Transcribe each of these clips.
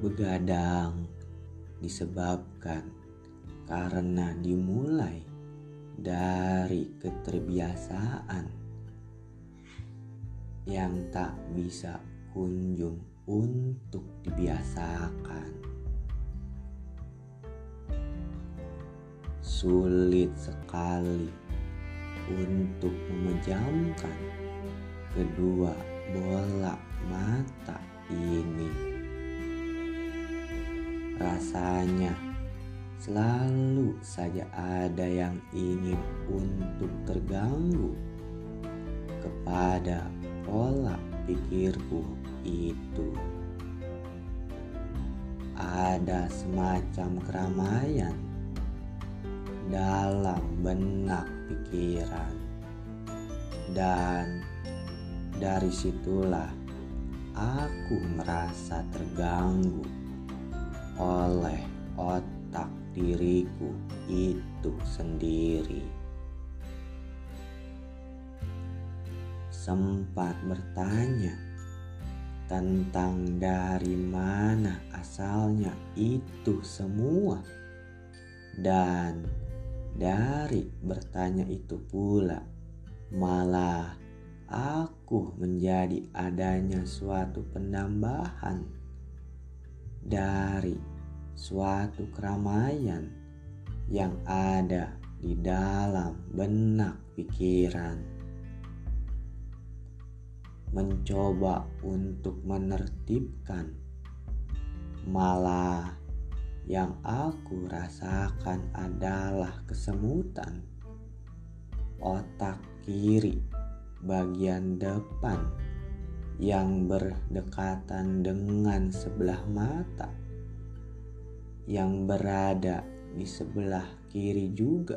Begadang disebabkan karena dimulai dari keterbiasaan yang tak bisa kunjung untuk dibiasakan. Sulit sekali untuk memejamkan kedua bola mata ini. Rasanya selalu saja ada yang ingin untuk terganggu kepada pola pikirku itu. Ada semacam keramaian dalam benak pikiran, dan dari situlah aku merasa terganggu oleh otak diriku itu sendiri. Sempat bertanya tentang dari mana asalnya itu semua, dan dari bertanya itu pula malah aku menjadi adanya suatu penambahan dari suatu keramaian yang ada di dalam benak pikiran. Mencoba untuk menertibkan, malah yang aku rasakan adalah kesemutan. Otak kiri bagian depan yang berdekatan dengan sebelah mata yang berada di sebelah kiri juga,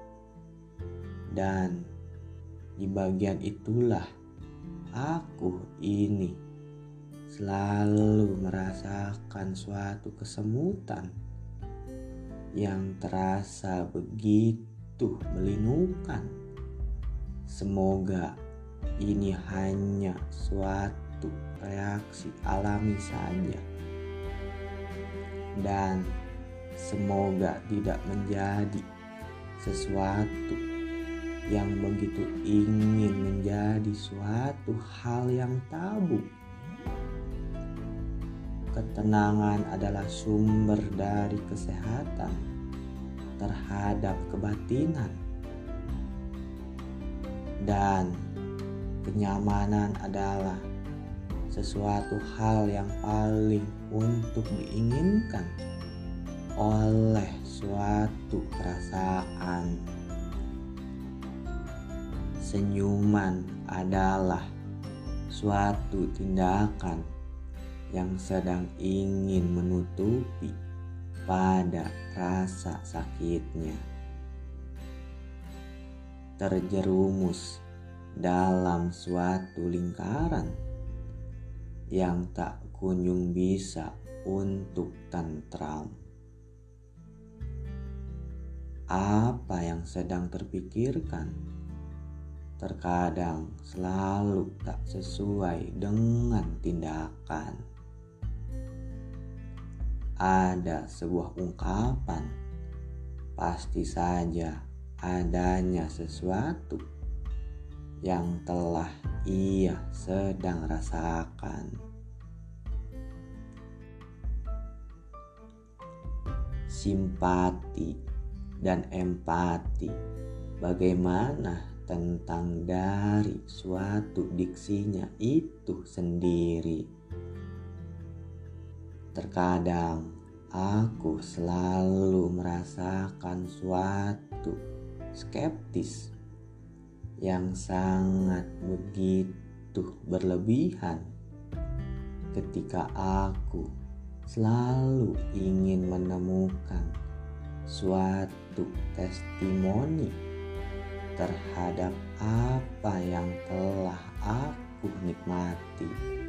dan di bagian itulah aku ini selalu merasakan suatu kesemutan yang terasa begitu melinukan. Semoga ini hanya suatu reaksi alami saja, dan semoga tidak menjadi sesuatu yang begitu ingin menjadi suatu hal yang tabu. Ketenangan adalah sumber dari kesehatan terhadap kebatinan, dan kenyamanan adalah sesuatu hal yang paling untuk diinginkan oleh suatu perasaan. Senyuman adalah suatu tindakan yang sedang ingin menutupi pada rasa sakitnya. Terjerumus dalam suatu lingkaran yang tak kunjung bisa untuk tentram. Apa yang sedang terpikirkan terkadang selalu tak sesuai dengan tindakan. Ada sebuah ungkapan, pasti saja adanya sesuatu yang telah ia sedang rasakan. Simpati dan empati, bagaimana tentang dari suatu diksinya itu sendiri? Terkadang aku selalu merasakan suatu skeptis yang sangat begitu berlebihan ketika aku selalu ingin menemukan suatu testimoni terhadap apa yang telah aku nikmati.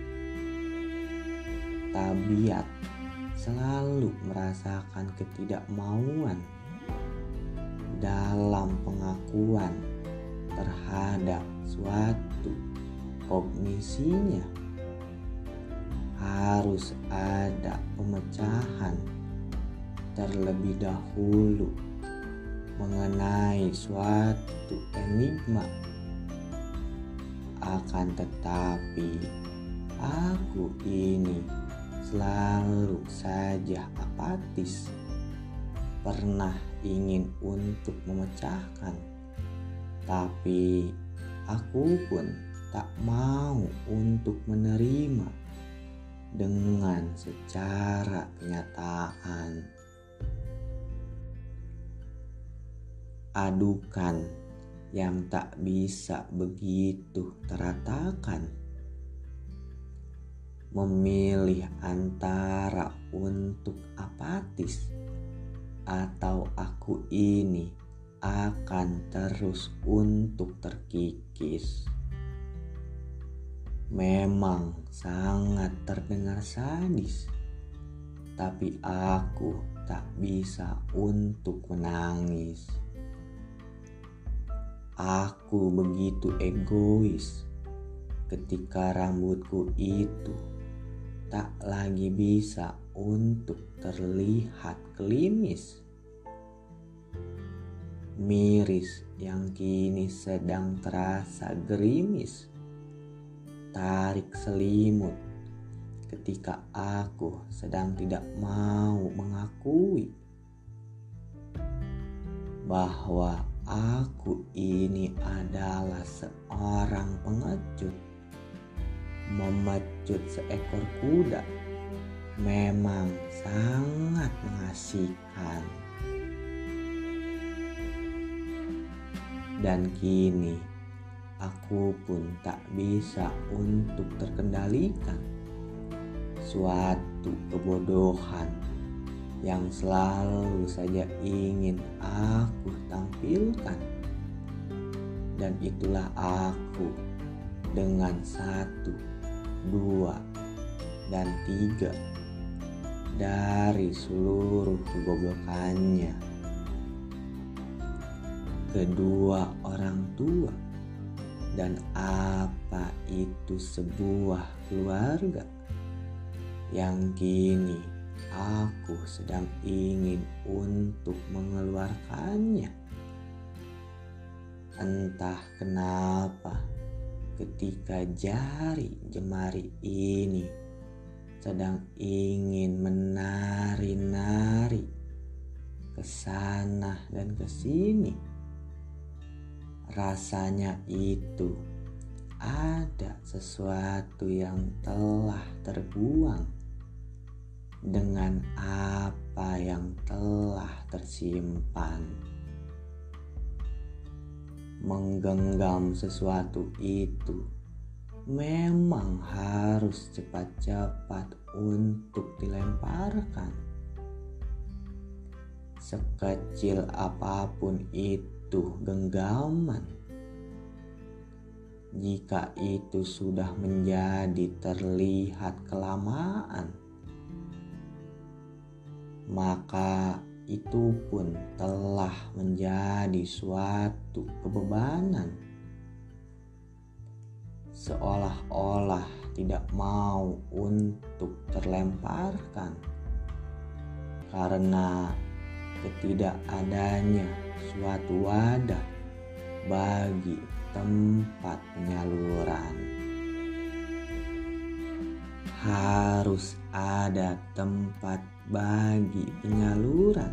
Tabiat selalu merasakan ketidakmauan dalam pengakuan terhadap suatu kognisinya. harus ada pemecahan terlebih dahulu mengenai suatu enigma. Akan tetapi aku ini selalu saja apatis, pernah ingin untuk memecahkan, tapi aku pun tak mau untuk menerima dengan secara kenyataan. Adukan yang tak bisa begitu teratakan, memilih antara untuk apatis atau aku ini akan terus untuk terkikis. Memang sangat terdengar sadis, tapi aku tak bisa untuk menangis. Aku begitu egois ketika rambutku itu tak lagi bisa untuk terlihat klimis. Miris yang kini sedang terasa gerimis, tarik selimut ketika aku sedang tidak mau mengakui bahwa aku ini adalah seorang pengecut. Memecut seekor kuda memang sangat mengasihkan. Dan kini aku pun tak bisa untuk terkendalikan suatu kebodohan yang selalu saja ingin aku tampilkan. Dan itulah aku dengan 1, 2, dan 3 dari seluruh kegoblokannya. Kedua orang tua, dan apa itu sebuah keluarga yang kini aku sedang ingin untuk mengeluarkannya. Entah kenapa ketika jari jemari ini sedang ingin menari-nari ke sana dan ke sini, rasanya itu ada sesuatu yang telah terbuang dengan apa yang telah tersimpan. Menggenggam sesuatu itu memang harus cepat-cepat untuk dilemparkan. Sekecil apapun itu genggaman, jika itu sudah menjadi terlihat kelamaan, maka itu pun telah menjadi suatu kebebanan. Seolah-olah tidak mau untuk terlemparkan karena ketidakadanya suatu wadah bagi tempat penyaluran. Harus ada tempat bagi penyaluran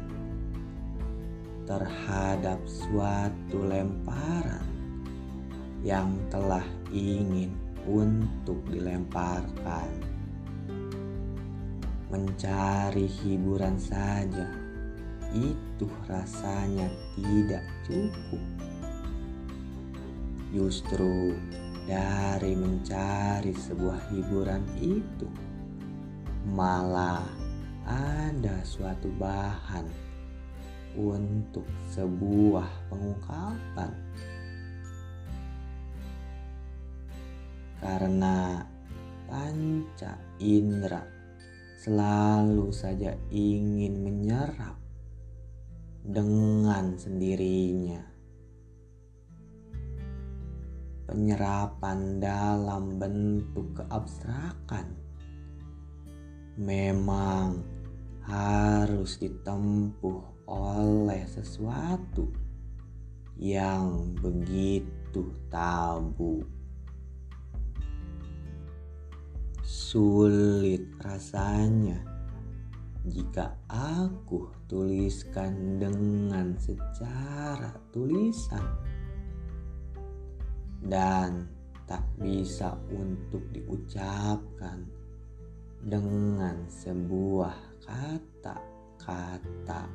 terhadap suatu lemparan yang telah ingin untuk dilemparkan. Mencari hiburan saja itu rasanya tidak cukup. Justru dari mencari sebuah hiburan itu malah ada suatu bahan untuk sebuah pengungkapan. Karena panca indera selalu saja ingin menyerap dengan sendirinya. Penyerapan dalam bentuk keabstrakan memang harus ditempuh oleh sesuatu yang begitu tabu. Sulit rasanya jika aku tuliskan dengan secara tulisan dan tak bisa untuk diucapkan dengan sebuah kata-kata.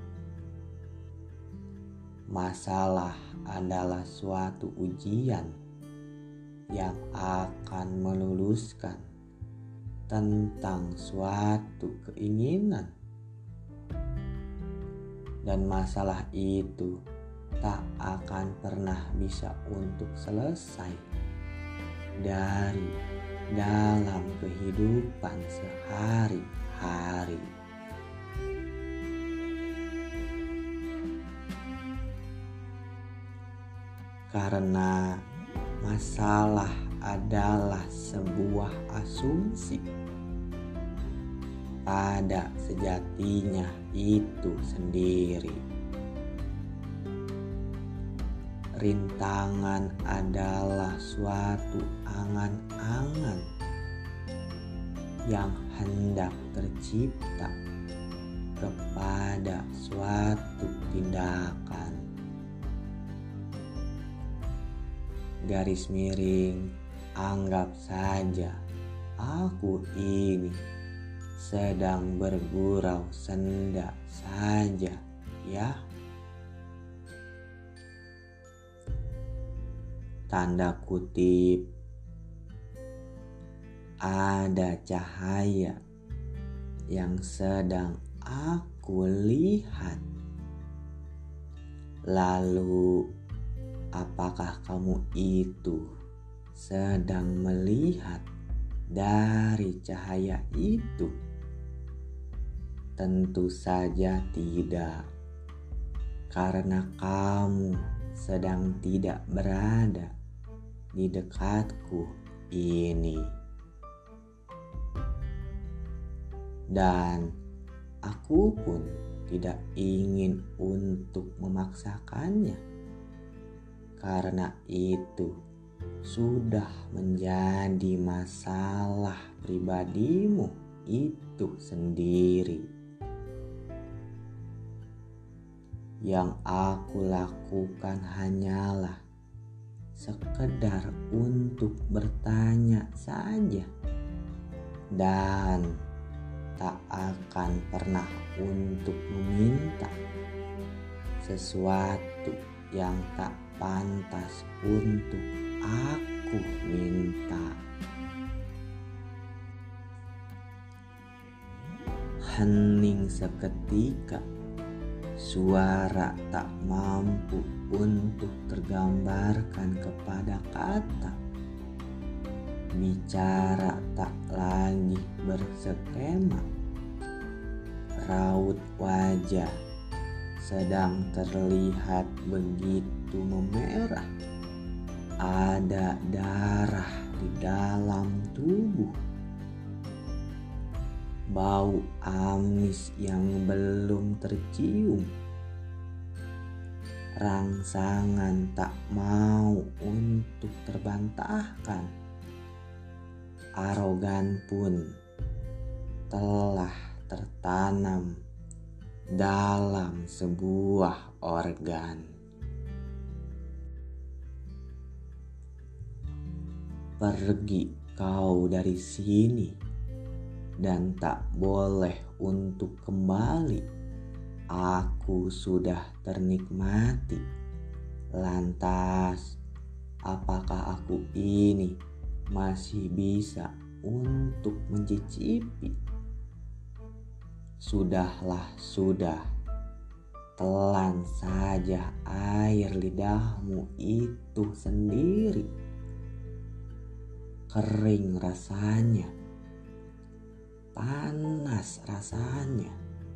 Masalah adalah suatu ujian yang akan meluluskan tentang suatu keinginan, dan masalah itu tak akan pernah bisa untuk selesai dari dalam kehidupan sehari-hari. Karena masalah adalah sebuah asumsi pada sejatinya itu sendiri. Rintangan adalah suatu angan-angan yang hendak tercipta kepada suatu tindakan. Garis miring, anggap saja aku ini sedang bergurau senda saja ya. Tanda kutip, ada cahaya yang sedang aku lihat. Lalu apakah kamu itu sedang melihat dari cahaya itu? Tentu saja tidak, karena kamu sedang tidak berada di dekatku ini. Dan aku pun tidak ingin untuk memaksakannya, karena itu sudah menjadi masalah pribadimu itu sendiri. Yang aku lakukan hanyalah sekedar untuk bertanya saja, dan tak akan pernah untuk meminta sesuatu yang tak pantas untuk aku minta. Hening seketika, suara tak mampu untuk tergambarkan kepada kata. Bicara tak lagi berskema. Raut wajah sedang terlihat begitu memerah. Ada darah di dalam tubuh. Bau amis yang belum tercium. Rangsangan tak mau untuk terbantahkan. Arogan pun telah tertanam dalam sebuah organ. Pergi kau dari sini dan tak boleh untuk kembali. Aku sudah ternikmati. Lantas, apakah aku ini masih bisa untuk mencicipi? Sudahlah, sudah. Telan saja air lidahmu itu sendiri. Kering rasanya. Panas rasanya.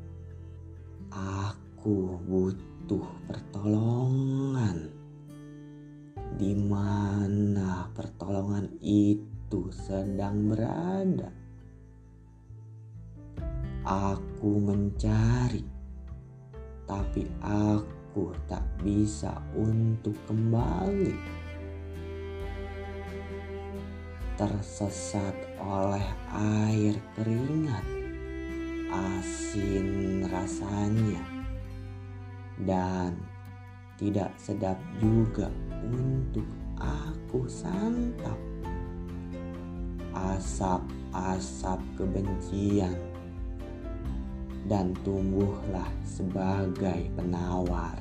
Aku butuh pertolongan. Di mana pertolongan itu sedang berada? Aku mencari, tapi aku tak bisa untuk kembali. Tersesat oleh air keringat, asin rasanya, dan tidak sedap juga untuk aku santap. Asap-asap kebencian dan tumbuhlah sebagai penawar.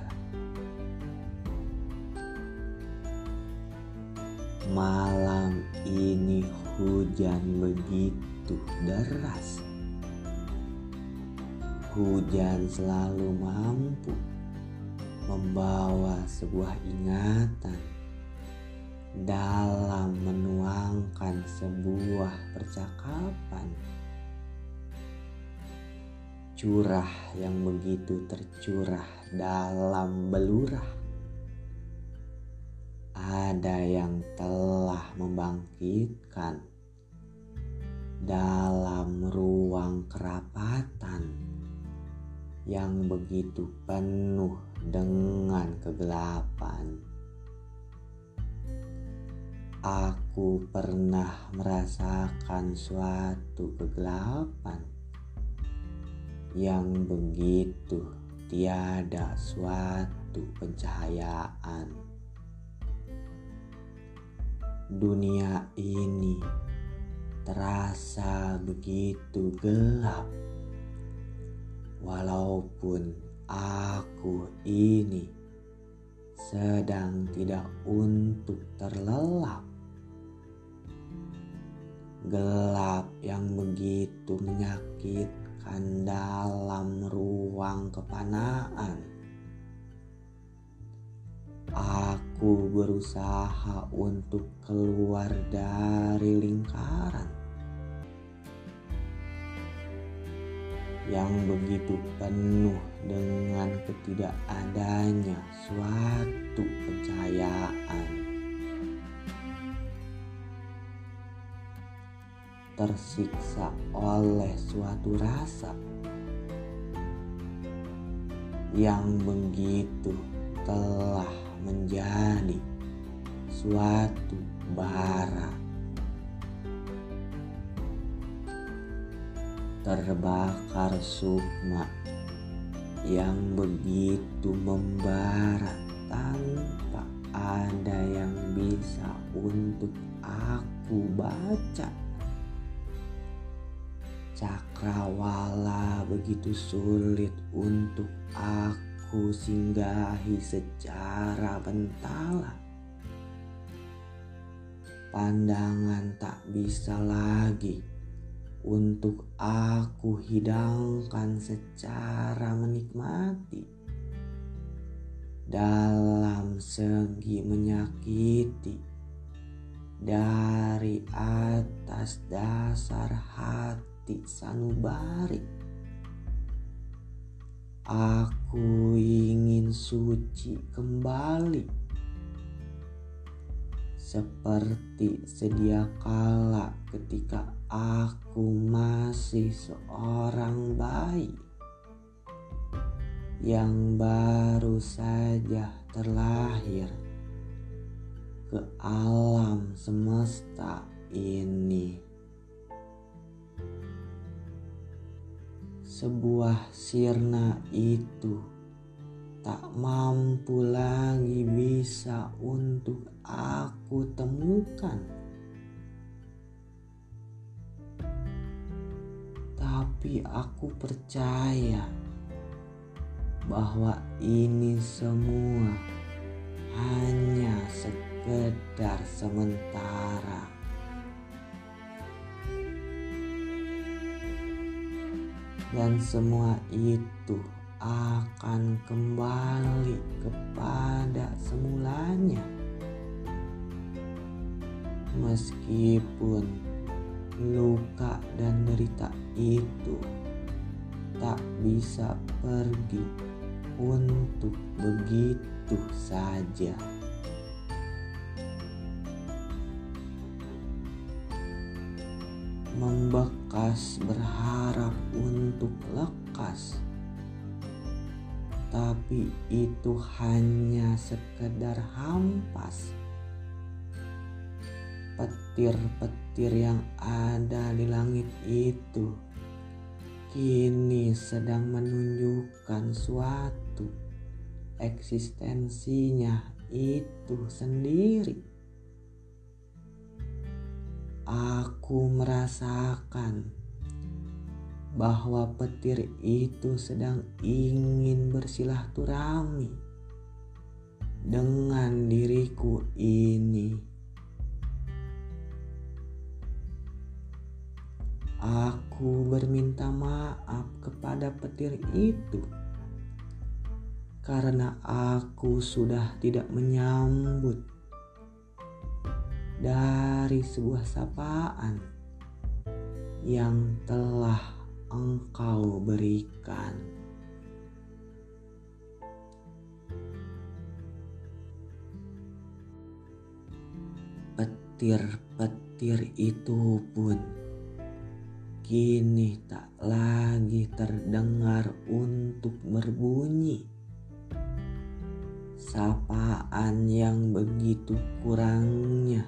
Malam ini hujan begitu deras. Hujan selalu mampu membawa sebuah ingatan dalam menuangkan sebuah percakapan. Curah yang begitu tercurah dalam belurah. Ada yang telah membangkitkan dalam ruang kerapatan yang begitu penuh dengan kegelapan. Aku pernah merasakan suatu kegelapan yang begitu tiada suatu pencahayaan. Dunia ini terasa begitu gelap, walaupun aku ini sedang tidak untuk terlelap. Gelap yang begitu menyakitkan dalam ruang kepanaan. Aku berusaha untuk keluar dari lingkaran yang begitu penuh dengan ketidakadanya suatu pencahayaan. Tersiksa oleh suatu rasa yang begitu telah menjadi suatu bara. Terbakar sukma yang begitu membara tanpa ada yang bisa untuk aku baca. Cakrawala begitu sulit untuk aku singgahi secara mentala. Pandangan tak bisa lagi untuk aku hidangkan secara menikmati. Dalam segi menyakiti, dari atas dasar hati sanubari, aku ingin suci kembali, seperti sedia kala ketika aku masih seorang bayi yang baru saja terlahir ke alam semesta ini. Sebuah sirna itu tak mampu lagi bisa untuk aku temukan. Tapi aku percaya bahwa ini semua hanya sekedar sementara. Dan semua itu akan kembali kepada semulanya. Meskipun luka dan derita itu tak bisa pergi untuk begitu saja. membekas berharap untuk lekas, tapi itu hanya sekedar hampas. Petir-petir yang ada di langit itu kini sedang menunjukkan suatu eksistensinya itu sendiri. Aku merasakan bahwa petir itu sedang ingin bersilaturahmi dengan diriku ini. Aku berminta maaf kepada petir itu karena aku sudah tidak menyambut dari sebuah sapaan yang telah engkau berikan. Petir-petir itu pun kini tak lagi terdengar untuk berbunyi. Sapaan yang begitu kurangnya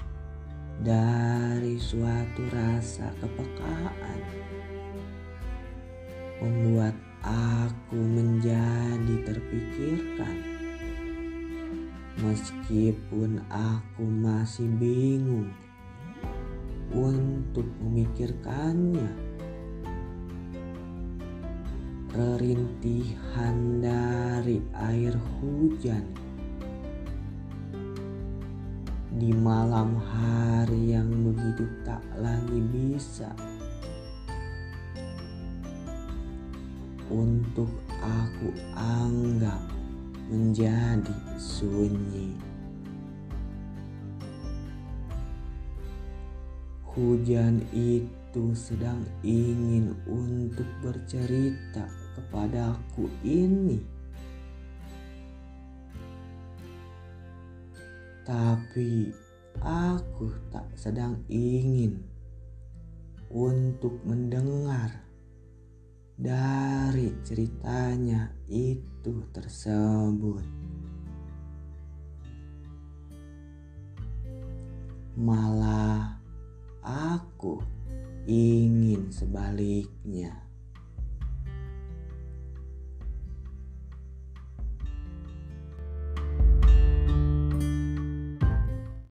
dari suatu rasa kepekaan membuat aku menjadi terpikirkan. Meskipun aku masih bingung untuk memikirkannya, rerintihan dari air hujan di malam hari yang begitu tak lagi bisa untuk aku anggap menjadi sunyi. Hujan itu sedang ingin untuk bercerita kepadaku ini. Tapi aku tak sedang ingin untuk mendengar dari ceritanya itu tersebut. Malah aku ingin sebaliknya.